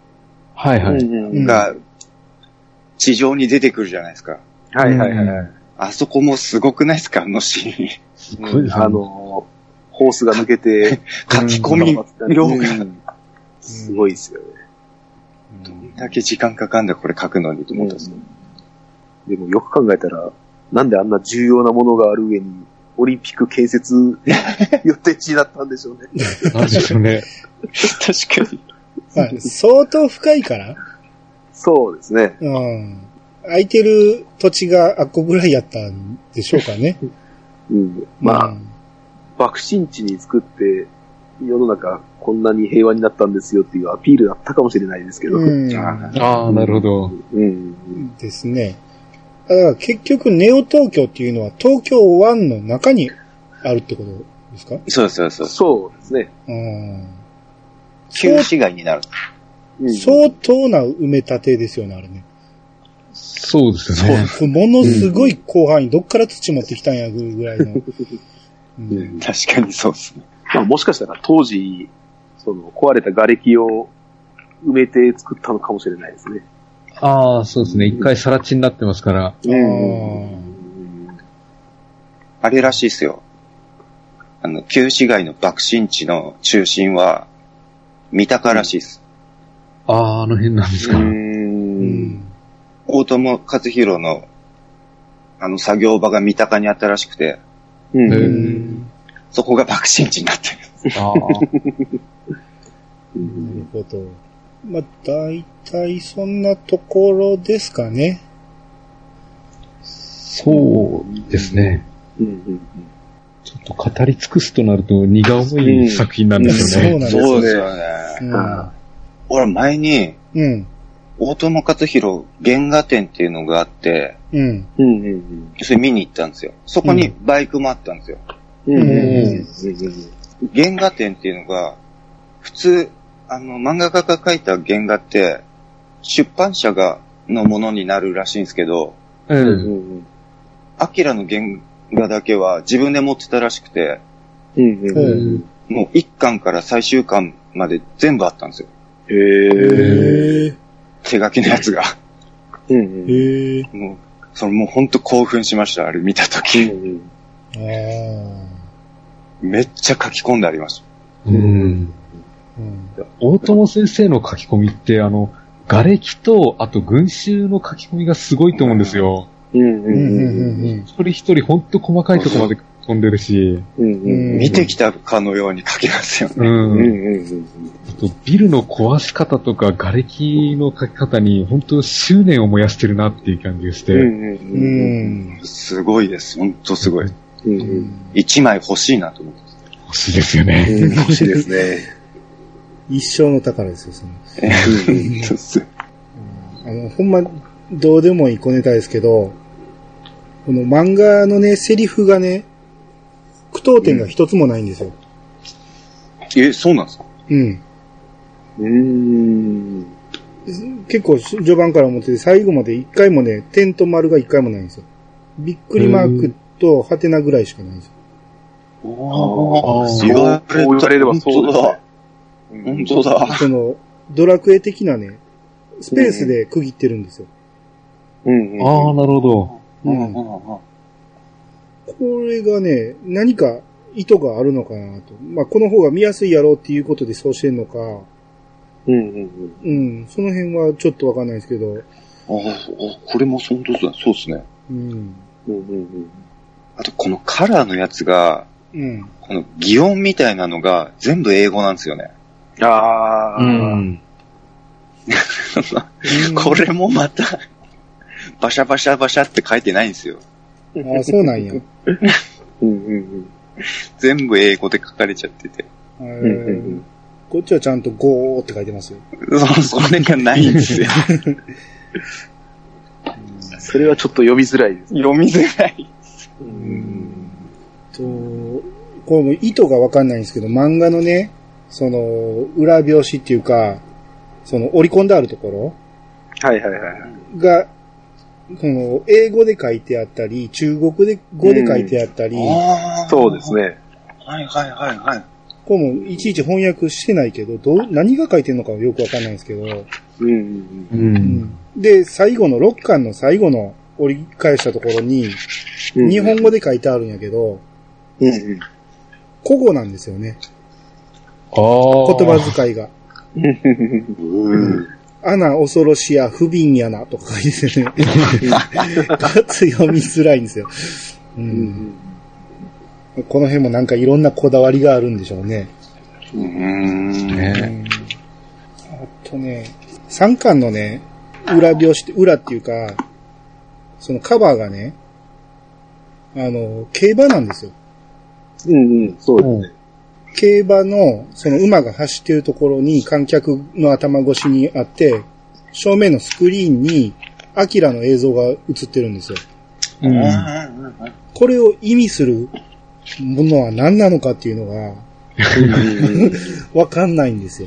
が、地上に出てくるじゃないですか。あそこもすごくないですか、あのシーン。 すごいですね。ホースが抜けて、 書き込み量が、 すごいですよね。 どんだけ時間かかんだこれ書くのにと思ったんですよ。 でもよく考えたら、なんであんな重要なものがある上に、オリンピック建設予定地だったんでしょうね。 なんでしょうね。 確かに。相当深いから？ そうですね。 空いてる土地があっこぐらいやったんでしょうかね。 爆心地に作って、 世の中こんなに平和になったんですよっていうアピールだったかもしれないですけど。 ああ、なるほど。 ですね。だから結局ネオ東京っていうのは東京湾の中にあるってことですか？ そうです。 そうですね。 旧市街になる。 相当な埋め立てですよね、あれね。 そうですよね。 ものすごい広範囲、どっから土持ってきたんやぐらいの。 確かにそうですね。 まあもしかしたら当時、その壊れた瓦礫を埋めて作ったのかもしれないですね。 ああ、そうですね。一回更地になってますから。 あれらしいですよ。旧市街の爆心地の中心は、三鷹らしいです。 ああ、あの辺なんですか。 大友克洋の、作業場が三鷹にあったらしくて、そこが爆心地になってる。 なるほど。まあ、大体そんなところですかね。 そうですね。ちょっと語り尽くすとなると荷が重い作品なんですよね。 そうですよね。俺前に、大友克洋原画展っていうのがあって、それ見に行ったんですよ。そこにバイクもあったんですよ。原画展っていうのが、普通、漫画家が描いた原画って、出版社のものになるらしいんですけど、アキラの原画だけは自分で持ってたらしくて、もう1巻から最終巻まで全部あったんですよ。手書きのやつが。もうほんと興奮しました、あれ見たとき。めっちゃ書き込んでありました。 大友先生の書き込みって、瓦礫と、あと群衆の書き込みがすごいと思うんですよ。一人一人ほんと細かいところまで飛んでるし、 見てきたかのように書きますよね。 あとビルの壊し方とか瓦礫の書き方に本当執念を燃やしてるなっていう感じがして。 すごいです。本当すごい。一枚欲しいなと思って。 欲しいですよね。 欲しいですね。 一生の宝ですよ、ほんま、どうでもいい小ネタですけど、この漫画のね、セリフがね、句読点が一つもないんですよ。 そうなんですか？ 結構序盤から思ってて、最後まで一回もね、点と丸が一回もないんですよ。びっくりマークとハテナぐらいしかないんですよ。 言われればそうだ。本当だ。 その、ドラクエ的なね、スペースで区切ってるんですよ。 ああ、なるほど。 これがね、何か意図があるのかなと。まあ、この方が見やすいやろうっていうことでそうしてんのか。その辺はちょっとわかんないですけど。 これも本当だ。そうですね。あと、このカラーのやつが、この擬音みたいなのが全部英語なんですよね。これもまた、バシャバシャバシャって書いてないんですよ。 そうなんや。 全部英語で書かれちゃってて。 こっちはちゃんとゴーって書いてますよ。 それがないんですよ。 それはちょっと読みづらいです。 読みづらい。 これも意図がわかんないんですけど、漫画のね、その、裏表紙っていうか、その、折り込んであるところが、その、英語で書いてあったり、中国語で書いてあったり。 そうですね。 これもいちいち翻訳してないけど、何が書いてるのかはよくわかんないんですけど。で、最後の6巻の最後の折り返したところに、日本語で書いてあるんやけど、古語なんですよね。言葉遣いが。穴恐ろしや不憫やなとか書いててね。かつ読みづらいんですよ。この辺もなんかいろんなこだわりがあるんでしょうね。あとね、3巻のね、裏表紙、裏っていうか、そのカバーがね、競馬なんですよ。 そうですね。 競馬の、その馬が走ってるところに観客の頭越しにあって、正面のスクリーンに、アキラの映像が映ってるんですよ。これを意味するものは何なのかっていうのが、わかんないんですよ。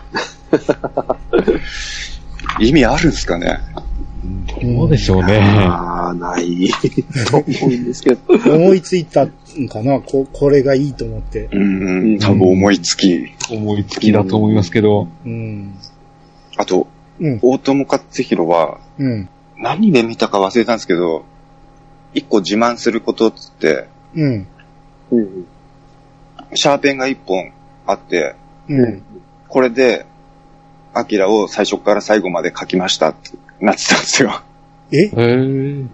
意味あるんですかね。 どうでしょうね。 ないと思うんですけど。 思いついたんかな、これがいいと思って。 多分思いつきだと思いますけど。 あと、大友克洋は、何で見たか忘れたんですけど、一個自慢することっつって、シャーペンが一本あって、これで、アキラを最初から最後まで書きましたってなってたんですよ。 ネー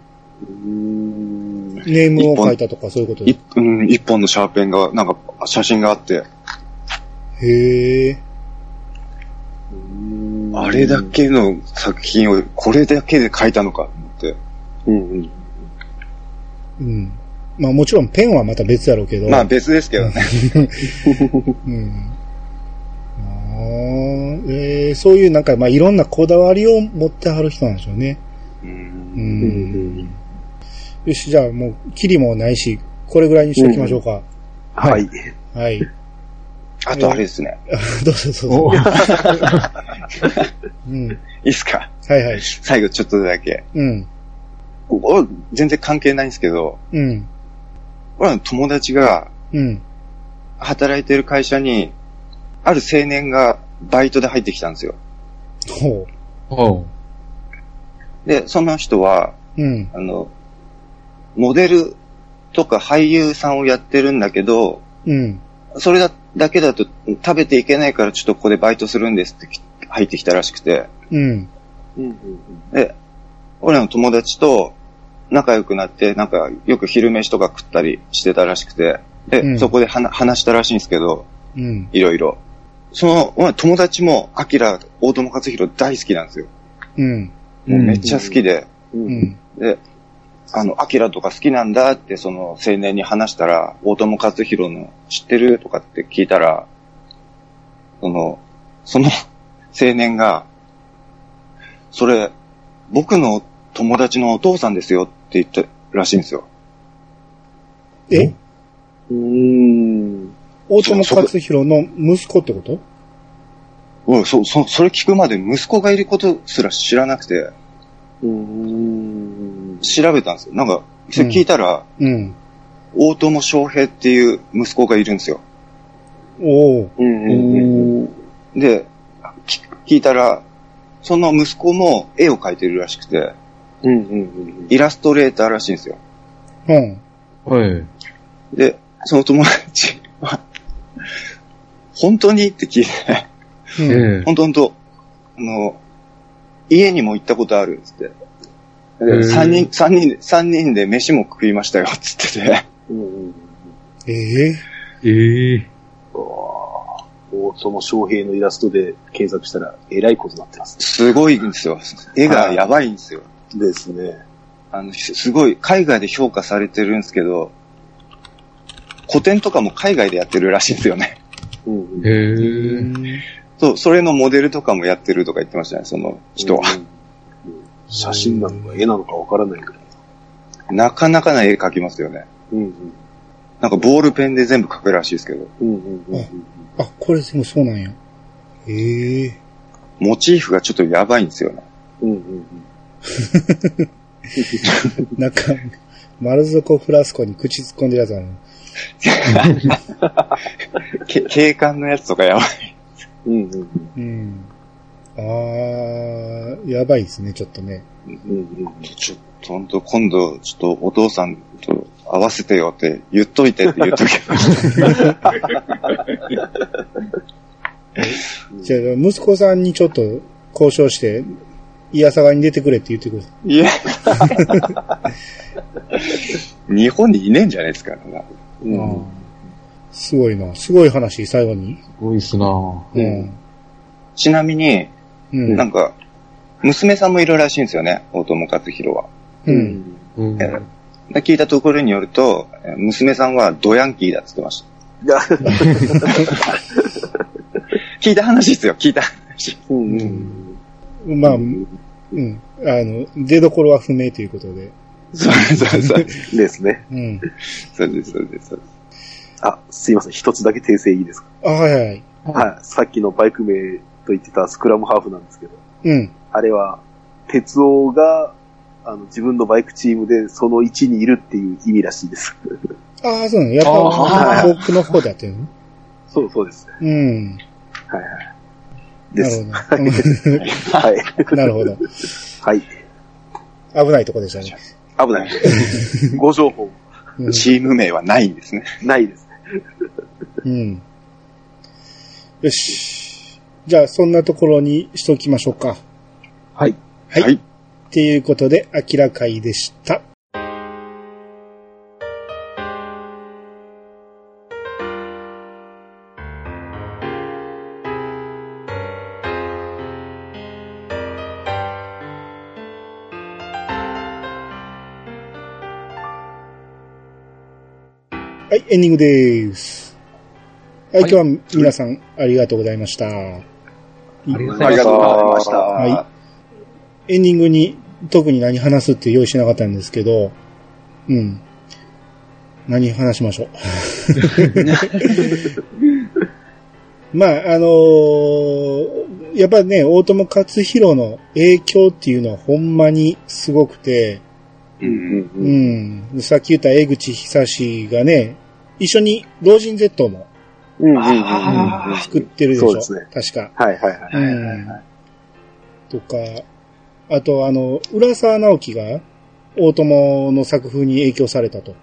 ムを書いたとかそういうこと一本のシャーペンが、なんか写真があって。あれだけの作品をこれだけで書いたのかと思って。 まあもちろんペンはまた別だろうけど。 まあ別ですけどね。 そういうなんかまあいろんなこだわりを持ってはる人なんでしょうね。よし、じゃあもうキリもないし、これぐらいにしておきましょうか。 はい。 はい。 あとあれですね。 どうぞ。 いいっすか？ はいはい。 最後ちょっとだけ。全然関係ないんですけど、俺の友達が、働いてる会社に、ある青年がバイトで入ってきたんですよ。で、その人は、モデルとか俳優さんをやってるんだけど、それだけだと食べていけないからちょっとここでバイトするんですって入ってきたらしくて、で、俺の友達と仲良くなって、なんかよく昼飯とか食ったりしてたらしくて、で、そこで話したらしいんですけど、いろいろ。その、友達も、大友克洋大好きなんですよ。もうめっちゃ好きで、で、アキラとか好きなんだって、その青年に話したら、大友克洋の知ってるとかって聞いたら、その青年が、それ、僕の友達のお父さんですよって言ったらしいんですよ。 大友克洋の息子ってこと？ それ聞くまで息子がいることすら知らなくて、調べたんですよ。なんか、それ聞いたら、大友翔平っていう息子がいるんですよ。で、聞いたら、その息子も絵を描いてるらしくて、イラストレーターらしいんですよ。で、その友達は、本当にって聞いて、本当、家にも行ったことあるっつって。3人で飯も食いましたよっつってて。 大友翔平のイラストで検索したら、えらいことになってます。 すごいんですよ。絵がやばいんですよ。 ですね。 すごい、海外で評価されてるんですけど、個展とかも海外でやってるらしいんですよね。そう、それのモデルとかもやってるとか言ってましたね、その人は。 写真なのか絵なのかわからないぐらい。 なかなかな絵描きますよね。なんかボールペンで全部描くらしいですけど。 これでもそうなんや。 モチーフがちょっとやばいんですよね。 なんか、丸底フラスコに口突っ込んでるやつある。 警官のやつとかやばい。 やばいですね、ちょっとね。 ちょっと、本当今度、ちょっとお父さんと合わせてよって言っといてって言っとけば。 じゃあ、息子さんにちょっと交渉して、いやさがに出てくれって言ってください。 いや。日本にいねえんじゃないですか。 すごいな。すごい話、最後に。 すごいっすな。 ちなみに、なんか、娘さんもいるらしいんですよね、大友克洋は。聞いたところによると、娘さんはドヤンキーだって言ってまし聞いた話ですよ、聞いた話。 まあ、出所は不明ということで。 そうですね。 そうです。 あ、すいません。一つだけ訂正いいですか？ はい。 はい。さっきのバイク名と言ってたスクラムハーフなんですけど。あれは、鉄夫が、自分のバイクチームでその位置にいるっていう意味らしいです。 ああ、そうなの。やっぱ、僕の方でやってるの？ そうです。はい。です。 なるほど。はい。なるほど。 はい。 危ないとこでしたね。 危ない。ご情報。 チーム名はないんですね。 ないですね。よし。じゃあ、そんなところにしときましょうか。 はい。 っていうことで、明らかいでした。はい、エンディングです。はい、今日は皆さんありがとうございました。 ありがとうございました。 はい。エンディングに特に何話すって用意しなかったんですけど、何話しましょう。まあ、やっぱね、大友克洋の影響っていうのはほんまにすごくて、さっき言った江口久志がね、一緒に老人 Z も作ってるでしょ。そうですね。確か。 はい。 とか、あと浦沢直樹が大友の作風に影響されたと。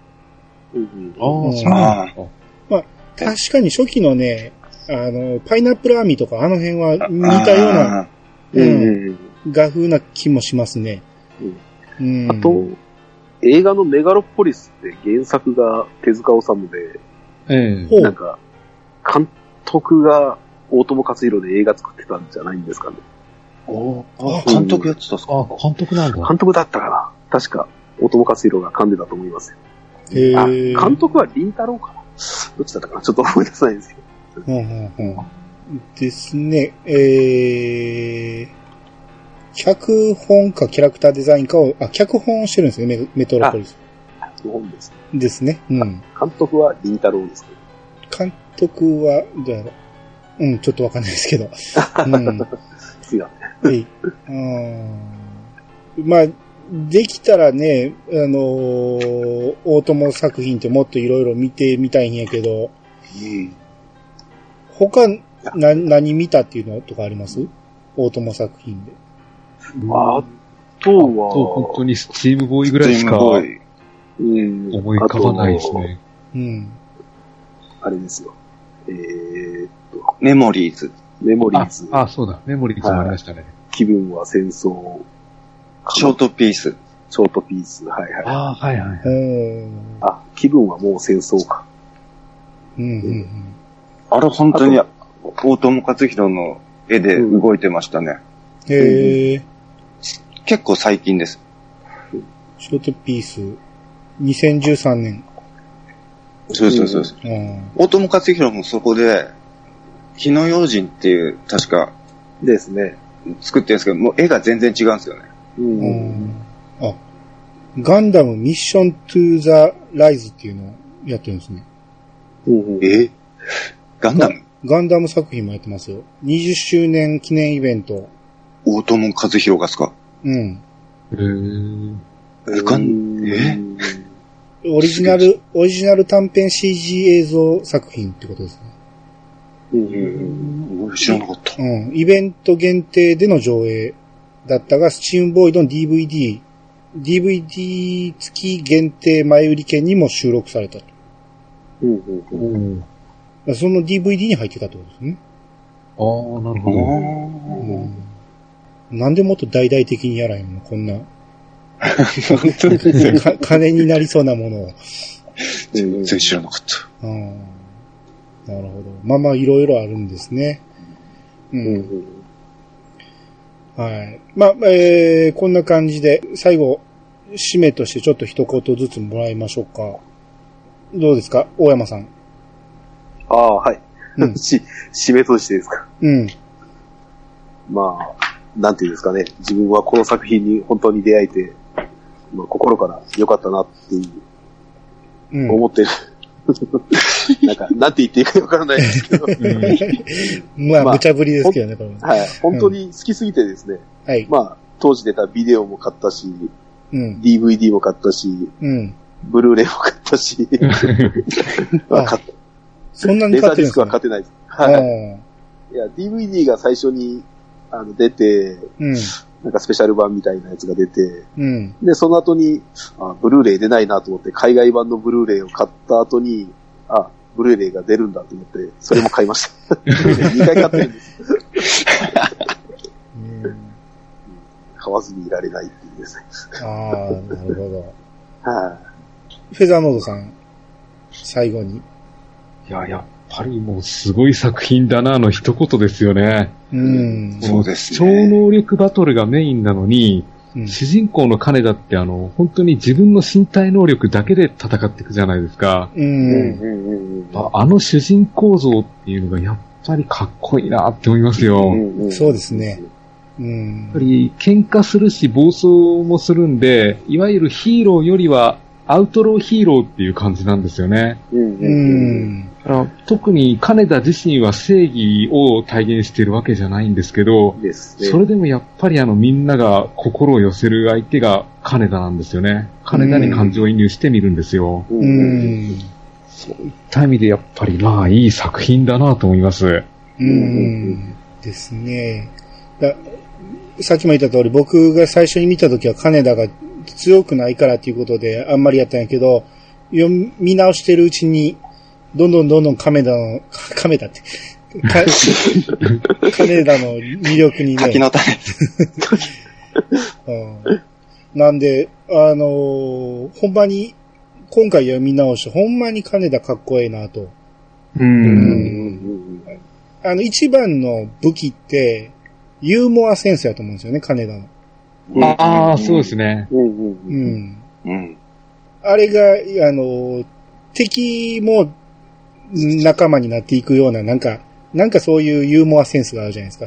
まあ、確かに初期のね、パイナップルアーミーとかあの辺は似たような、画風な気もしますね。 あと、映画のメガロポリスって原作が手塚治虫で、なんか、監督が大友克洋で映画作ってたんじゃないんですかね。 監督やってたんですか？ 監督なんだ。 監督だったかな。確か、大友克洋が噛んでたと思いますよ。監督は林太郎かな。どっちだったかな、ちょっと思い出せないんですけど。 ですね。脚本かキャラクターデザインかを、脚本をしてるんですね、メトロポリス。 脚本です。 ですね。 監督は林太郎ですけど。監督は、どうやろう。ちょっとわかんないですけど。 違うね。まあ、できたらね、大友作品ってもっといろいろ見てみたいんやけど、他、何見たっていうのとかあります？大友作品で。 あとは、 本当にスチームボーイぐらいしか思い浮かばないですね。 あれですよ。 メモリーズ。 そうだ。メモリーズもありましたね。 気分は戦争。 ショートピース。 気分はもう戦争か。 あれ本当に大友克洋の絵で動いてましたね。結構最近です。 ショートピース、2013年。 そう。大友克洋もそこで、火の用心っていう、確か、 ですね。 作ってるんですけど、もう絵が全然違うんですよね。 ガンダムミッショントゥーザライズっていうのをやってるんですね。 ガンダム作品もやってますよ。20周年記念イベント。 大友克洋がですか？ オリジナル短編 CG 映像作品ってことですね。知らなかった。 イベント限定での上映だったが、スチームボーイの DVD 付き限定前売り券にも収録されたと。その DVD に入ってたってことですね。 なるほど。 なんでもっと大々的にやらへんのこんな。金になりそうなものを。 全然知らなかった。 なるほど。まあ、いろいろあるんですね。はい。まあ、こんな感じで、最後、締めとしてちょっと一言ずつもらいましょうか。どうですか大山さん。 ああ、はい。うん、締めとしてですか。 うん。 まあ、なんていうんですかね。自分はこの作品に本当に出会えて、まあ、心から良かったなっていう、思ってる。なんか、なんて言っていいかわからないですけど。 まあ、無茶ぶりですけどね、これはい。本当に好きすぎてですね。 はい。 まあ、当時出たビデオも買ったし、DVD も買ったし、ブルーレイも買ったし、 そんなに買ってるんですか？レーザーディスクは買ってないです。はい。いや、DVD が最初に、出て、なんかスペシャル版みたいなやつが出て、で、その後に、ブルーレイ出ないなと思って、海外版のブルーレイを買った後に、ブルーレイが出るんだと思って、それも買いました。2回買ってるんです。買わずにいられないっていうですね。 ああ、なるほど。 はい。 フェザーノードさん、最後に。 いや、やっぱりもうすごい作品だなの一言ですよね。 そうですね。 超能力バトルがメインなのに、主人公の金田って本当に自分の身体能力だけで戦っていくじゃないですか。主人公像っていうのがやっぱりかっこいいなって思いますよ。 そうですね。 やっぱり喧嘩するし暴走もするんで、いわゆるヒーローよりはアウトローヒーローっていう感じなんですよね。特に金田自身は正義を体現しているわけじゃないんですけど、それでもやっぱりみんなが心を寄せる相手が金田なんですよね。金田に感情移入してみるんですよ。そういった意味でやっぱりまあいい作品だなと思います。 ですね。さっきも言った通り僕が最初に見た時は金田が強くないからっていうことであんまりやったんやけど、見直してるうちにどんどん金田って金田の魅力にね。 柿の種。 なんで、ほんまに、今回読み直して、ほんまに金田かっこええなと。一番の武器って、ユーモアセンスやと思うんですよね、金田の。 ああ、そうですね。 あれが、敵も仲間になっていくような、なんかそういうユーモアセンスがあるじゃないですか。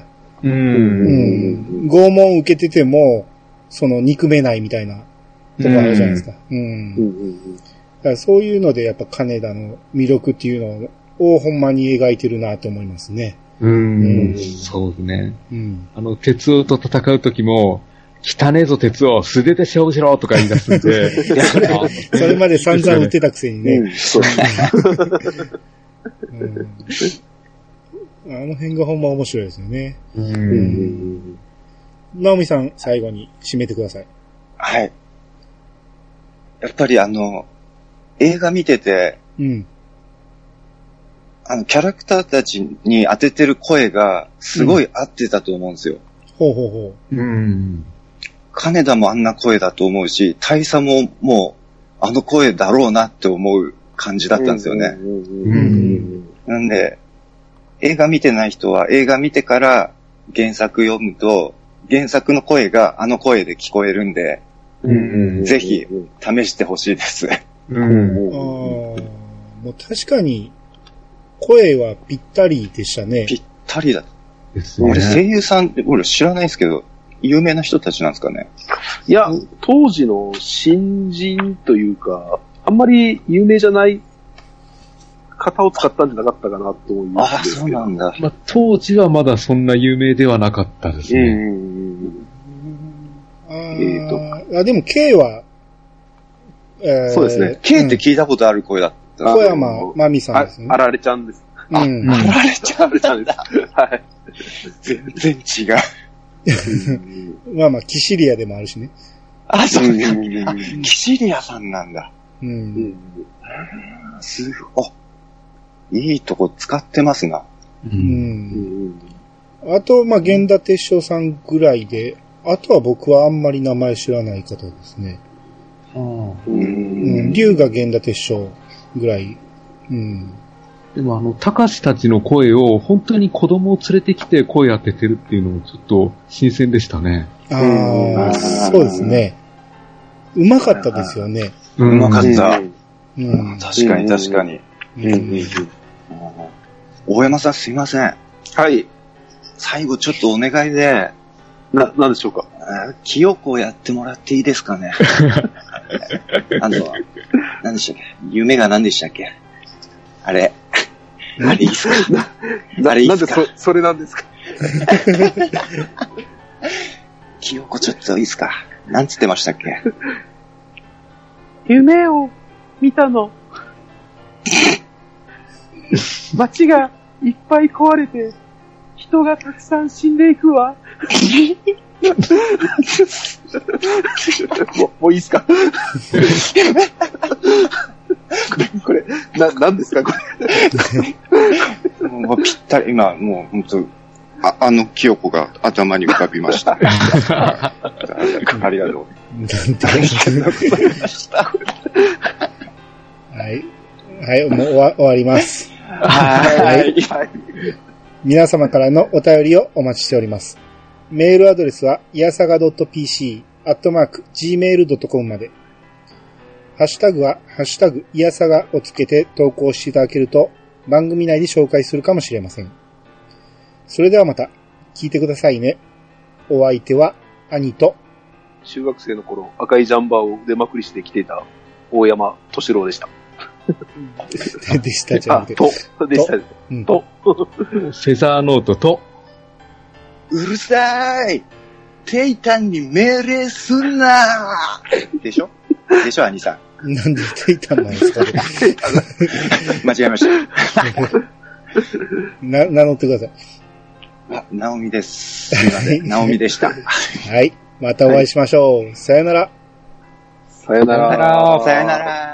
拷問受けてても、憎めないみたいなとこあるじゃないですか。だからそういうので、やっぱ金田の魅力っていうのをほんまに描いてるなと思いますね。 そうですね。鉄夫と戦う時も、汚ねえぞ鉄夫、素手で勝負しろとか言い出すんで。 それまで散々売ってたくせにね。あの辺がほんま面白いですよね。ナオミさん、最後に締めてください。 はい。やっぱり映画見てて、キャラクターたちに当ててる声がすごい合ってたと思うんですよ。金田もあんな声だと思うし、大佐ももうあの声だろうなって思う感じだったんですよね。なんで、映画見てない人は映画見てから原作読むと、原作の声があの声で聞こえるんで、ぜひ試してほしいです。 もう確かに声はぴったりでしたね。 ぴったりだ。あれ声優さんって俺知らないですけど、有名な人たちなんですかね。 いや、当時の新人というか、あんまり有名じゃない方を使ったんじゃなかったかなと思います。 ああ、そうなんだ。 まあ、当時はまだそんな有名ではなかったですね。 でも K は、 そうですね。 K って聞いたことある声だった。 小山まみさんですね。 あられちゃんです。 あられちゃんです。はい。全然違う。 まあキシリアでもあるしね。 あ、そうか。キシリアさんなんだ。すごい。いいとこ使ってますな。 あと、源田鉄章さんぐらいで、あとは僕はあんまり名前知らない方ですね。龍が源田鉄章ぐらい。 でも高志たちの声を本当に子供を連れてきて声当ててるっていうのもちょっと新鮮でしたね。 そうですね。うまかったですよね。 うまかった。確かに。 大山さんすいません。 はい。 最後ちょっとお願いで。 なんでしょうか。 清子をやってもらっていいですかね。何でしたっけ、夢が何でしたっけ、あれいいっすか。 あれいいっすか。なんでそれなんですか。 清子ちょっといいっすか。なんつってましたっけ。 夢を見たの。街がいっぱい壊れて、人がたくさん死んでいくわ。 もういいっすか。これ、何ですかこれ。もうぴったり、今、もう本当清子が頭に浮かびました。ありがとう。 はい。はい、もう終わります。 はい。 皆様からのお便りをお待ちしております。メールアドレスは、いやさが .pc@gmail.com まで。ハッシュタグは、ハッシュタグ、いやさがをつけて投稿していただけると、番組内で紹介するかもしれません。それではまた、聞いてくださいね。お相手は、兄と、 中学生の頃、赤いジャンバーを腕まくりして着ていた、大山敏郎でした。 でしたじゃなくて。 でした。と。 フェザーノートと。 うるさーい、テイタンに命令すんなーでしょ兄さん。なんでテイタンなんですか。 間違えました。 名乗ってください。 ナオミです。すいません。ナオミでした。 はい。またお会いしましょう。さよなら。 さよなら。 さよなら。